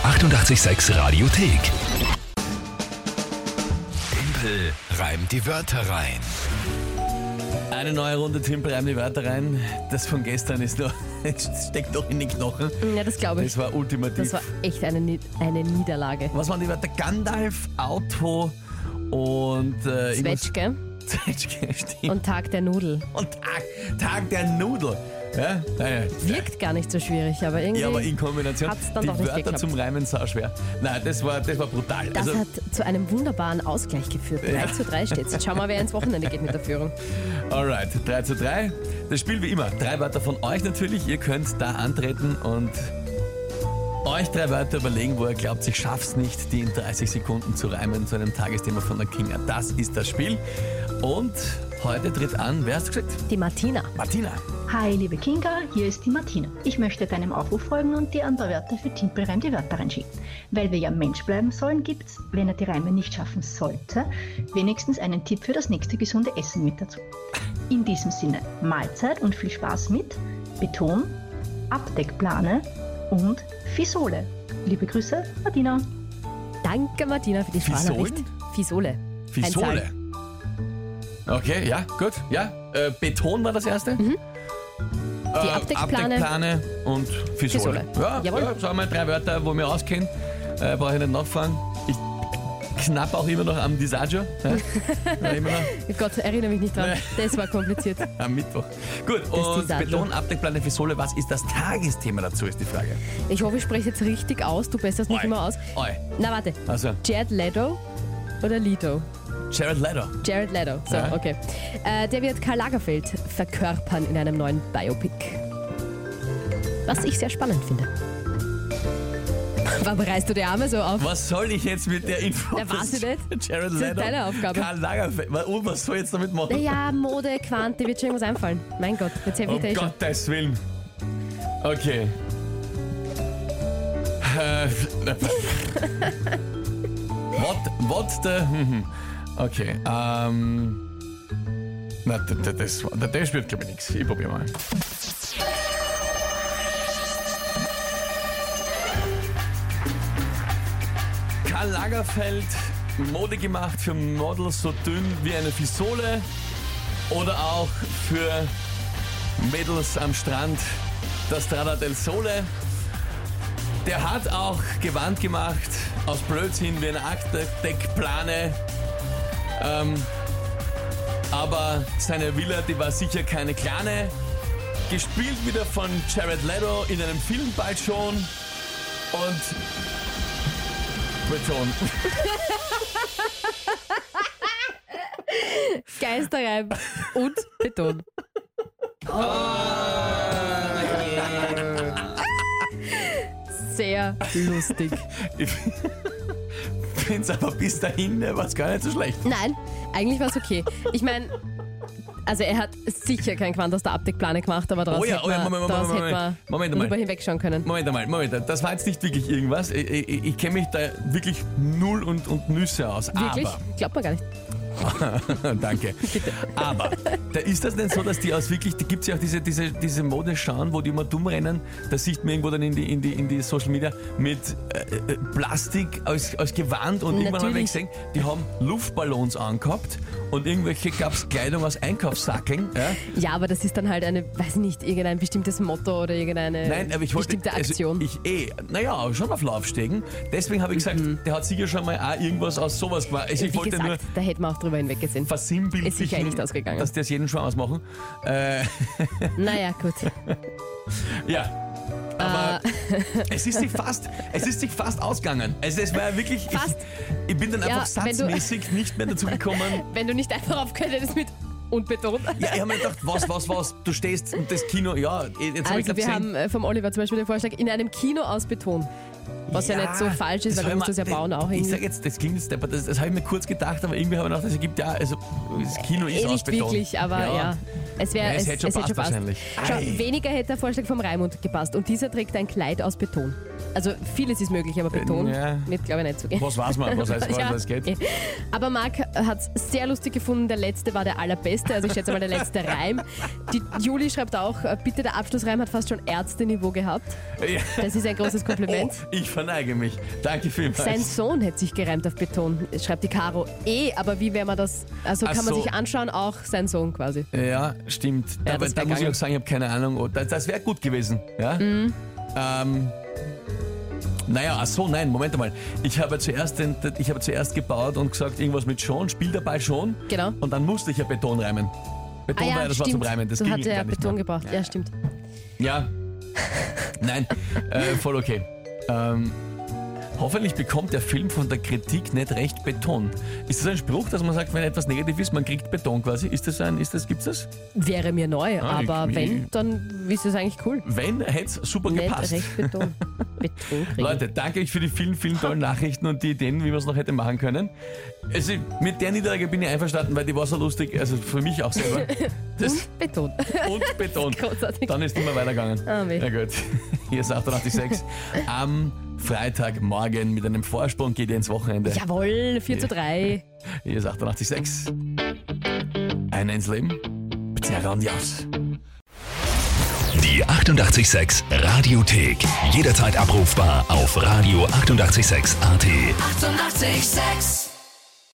886 Radiothek. Tempel reimt die Wörter rein. Eine neue Runde Timpel reimt die Wörter rein. Das von gestern ist noch, steckt doch in den Knochen. Ja, das glaube ich. Das war ultimativ. Das war echt eine Niederlage. Was waren die Wörter? Gandalf, Auto und... Zwetschge Zwetschge, stimmt. und Tag der Nudel. Und Tag der Nudel. Ja? Wirkt gar nicht so schwierig, aber irgendwie Ja, aber in Kombination, hat's dann die doch nicht Wörter geklappt. zum Reimen sauschwer. Nein, das war brutal. Das hat zu einem wunderbaren Ausgleich geführt. 3:3 steht's. Jetzt schauen wir mal, wer ins Wochenende geht mit der Führung. Alright, 3:3. Das Spiel wie immer. 3 Wörter von euch natürlich. Ihr könnt da antreten und euch 3 Wörter überlegen, wo ihr glaubt, ich schaff's nicht, die in 30 Sekunden zu reimen zu einem Tagesthema von der Kinga. Das ist das Spiel. Und heute tritt an, wer hast du gesagt? Die Martina. Martina. Hi, liebe Kinga, hier ist die Martina. Ich möchte deinem Aufruf folgen und dir ein paar Wörter für Timpel reimt die Wörter reinschicken. Weil wir ja Mensch bleiben sollen, gibt's, wenn er die Reime nicht schaffen sollte, wenigstens einen Tipp für das nächste gesunde Essen mit dazu. In diesem Sinne, Mahlzeit und viel Spaß mit Beton, Abdeckplane und Fisole. Liebe Grüße, Martina. Danke, Martina, für die Sprachnachricht. Fisole. Fisole. Okay, ja, gut. Ja, Beton war das erste. Die Abdeckplane und Fisole. Fisole. Ja, Jawohl. ja, sagen wir 3 Wörter, wo wir auskennen. Brauche ich nicht nachfragen. Ich knapp auch immer noch am Disagio. Ja, immer noch Gott, erinnere mich nicht dran. Das war kompliziert. am Mittwoch. Gut, und Disagio. Beton, Abdeckplane, Fisole, was ist das Tagesthema dazu, ist die Frage. Ich hoffe, ich spreche jetzt richtig aus. Du besserst mich Oi. immer aus. Oi. Na, warte. Also, Jared Leto oder Leto? Jared Leto. Jared Leto. So, Ja. okay. Der wird Karl Lagerfeld verkörpern in einem neuen Biopic. Was ich sehr spannend finde. Warum reißt du die Arme so auf? Was soll ich jetzt mit der Info? Ja, weiß ich nicht. Jared Das ist Leto. deine Aufgabe. Karl Lagerfeld. Und was soll ich jetzt damit machen? Naja, Mode, Quante, wird schon irgendwas einfallen. Mein Gott, jetzt helfe ich Um dir eh schon. Gottes Willen. Okay. What the... Okay, na, das wird, glaube ich, nichts. Ich probiere mal. Karl Lagerfeld, Mode gemacht für Models so dünn wie eine Fisole oder auch für Mädels am Strand, das Strada del Sole. Der hat auch Gewand gemacht aus Blödsinn wie eine Abdeckplane. Aber seine Villa, die war sicher keine kleine. Gespielt wieder von Jared Leto in einem Film bald schon. Und Beton. Geisterreim und Beton. Sehr lustig. Ich finde es aber bis dahin war es gar nicht so schlecht. Nein, eigentlich war es okay. Ich meine, also er hat sicher kein Quant aus der Abdeckplane gemacht, aber daraus hätte man Moment drüber einmal. hinwegschauen können. Moment einmal. Das war jetzt nicht wirklich irgendwas. Ich kenne mich da wirklich null und Nüsse aus. Wirklich? Aber, Glaubt man gar nicht. danke. Aber da ist das denn so, dass die aus wirklich, da gibt es ja auch diese Modeschauen, wo die immer dumm rennen, da sieht man irgendwo dann in die Social Media mit Plastik als Gewand und irgendwann habe ich gesehen, die haben Luftballons angehabt und irgendwelche gab es Kleidung aus Einkaufssackeln. Ja? Ja, aber das ist dann halt eine, weiß ich nicht, irgendein bestimmtes Motto oder irgendeine Nein, aber ich wollte, bestimmte Aktion. naja, schon auf Laufstegen. Deswegen habe ich gesagt, der hat sicher schon mal auch irgendwas aus sowas gemacht. Also ich Wie wollte gesagt, nur da hätten wir auch drüber hinweggesehen. Ist sicher versinnbildlichen, nicht ausgegangen. dass das jeden schon ausmachen. Naja, gut. Ja. Aber es ist sich fast ausgegangen. Also es war ja wirklich, Fast. ich bin dann einfach wenn du- satzmäßig nicht mehr dazu gekommen. Wenn du nicht einfach aufgehört hättest mit und Beton. Ja, ich habe mir gedacht, was, du stehst und das Kino, ja, jetzt habe ich Also gerade wir gesehen. haben vom Oliver zum Beispiel den Vorschlag, in einem Kino aus Beton. Was ja nicht so falsch ist, weil du musst das ja bauen auch Ich irgendwie. sage jetzt, das klingt jetzt, das habe ich mir kurz gedacht, aber irgendwie habe ich gedacht, das ergibt ja, also das Kino ist aus Nicht Beton. wirklich, aber ja. Es hätte schon passt wahrscheinlich. Schau, Ei. weniger hätte der Vorschlag vom Raimund gepasst. Und dieser trägt ein Kleid aus Beton. Also vieles ist möglich, aber Beton wird, glaube ich, nicht so gehen. Was weiß man, was heißt geht. Aber Marc hat es sehr lustig gefunden, der letzte war der allerbeste, also ich schätze mal der letzte Reim. Die Juli schreibt auch, bitte der Abschlussreim hat fast schon Ärzteniveau gehabt. Ja. Das ist ein großes Kompliment. Oh, ich verneige mich. Danke vielmals. Sein Sohn hätte sich gereimt auf Beton, schreibt die Caro. Aber wie wäre man das, also kann man sich anschauen, auch sein Sohn quasi. Ja, stimmt. Ja, da muss ich auch sagen, ich habe keine Ahnung. Das wäre gut gewesen. Ja? Mhm. Nein, Moment einmal. Ich habe zuerst gebaut und gesagt, irgendwas mit schon, spiel der Ball schon. Genau. Und dann musste ich ja Beton reimen. Beton war das war zum Reimen. Das du ging hatte ja gar nicht Beton mehr. gebraucht, ja stimmt. Ja, nein, voll okay. Hoffentlich bekommt der Film von der Kritik nicht recht Beton. Ist das ein Spruch, dass man sagt, wenn etwas negativ ist, man kriegt Beton quasi? Gibt's das? Wäre mir neu, aber wenn, dann ist das eigentlich cool. Wenn, hätte es super nicht gepasst. Recht Beton kriegen. Leute, danke euch für die vielen, vielen tollen Nachrichten und die Ideen, wie wir es noch hätte machen können. Also mit der Niederlage bin ich einverstanden, weil die war so lustig, also für mich auch selber. Und Beton. Und Beton. Großartig. Dann ist es immer weitergegangen. Ja gut, hier ist 88.6. Am Freitagmorgen mit einem Vorsprung geht ihr ins Wochenende. Jawohl, 4:3. Hier ist 88.6. Einer ins Leben. Bitte grandios. Die 88.6 Radiothek. Jederzeit abrufbar auf radio886.at. 88.6.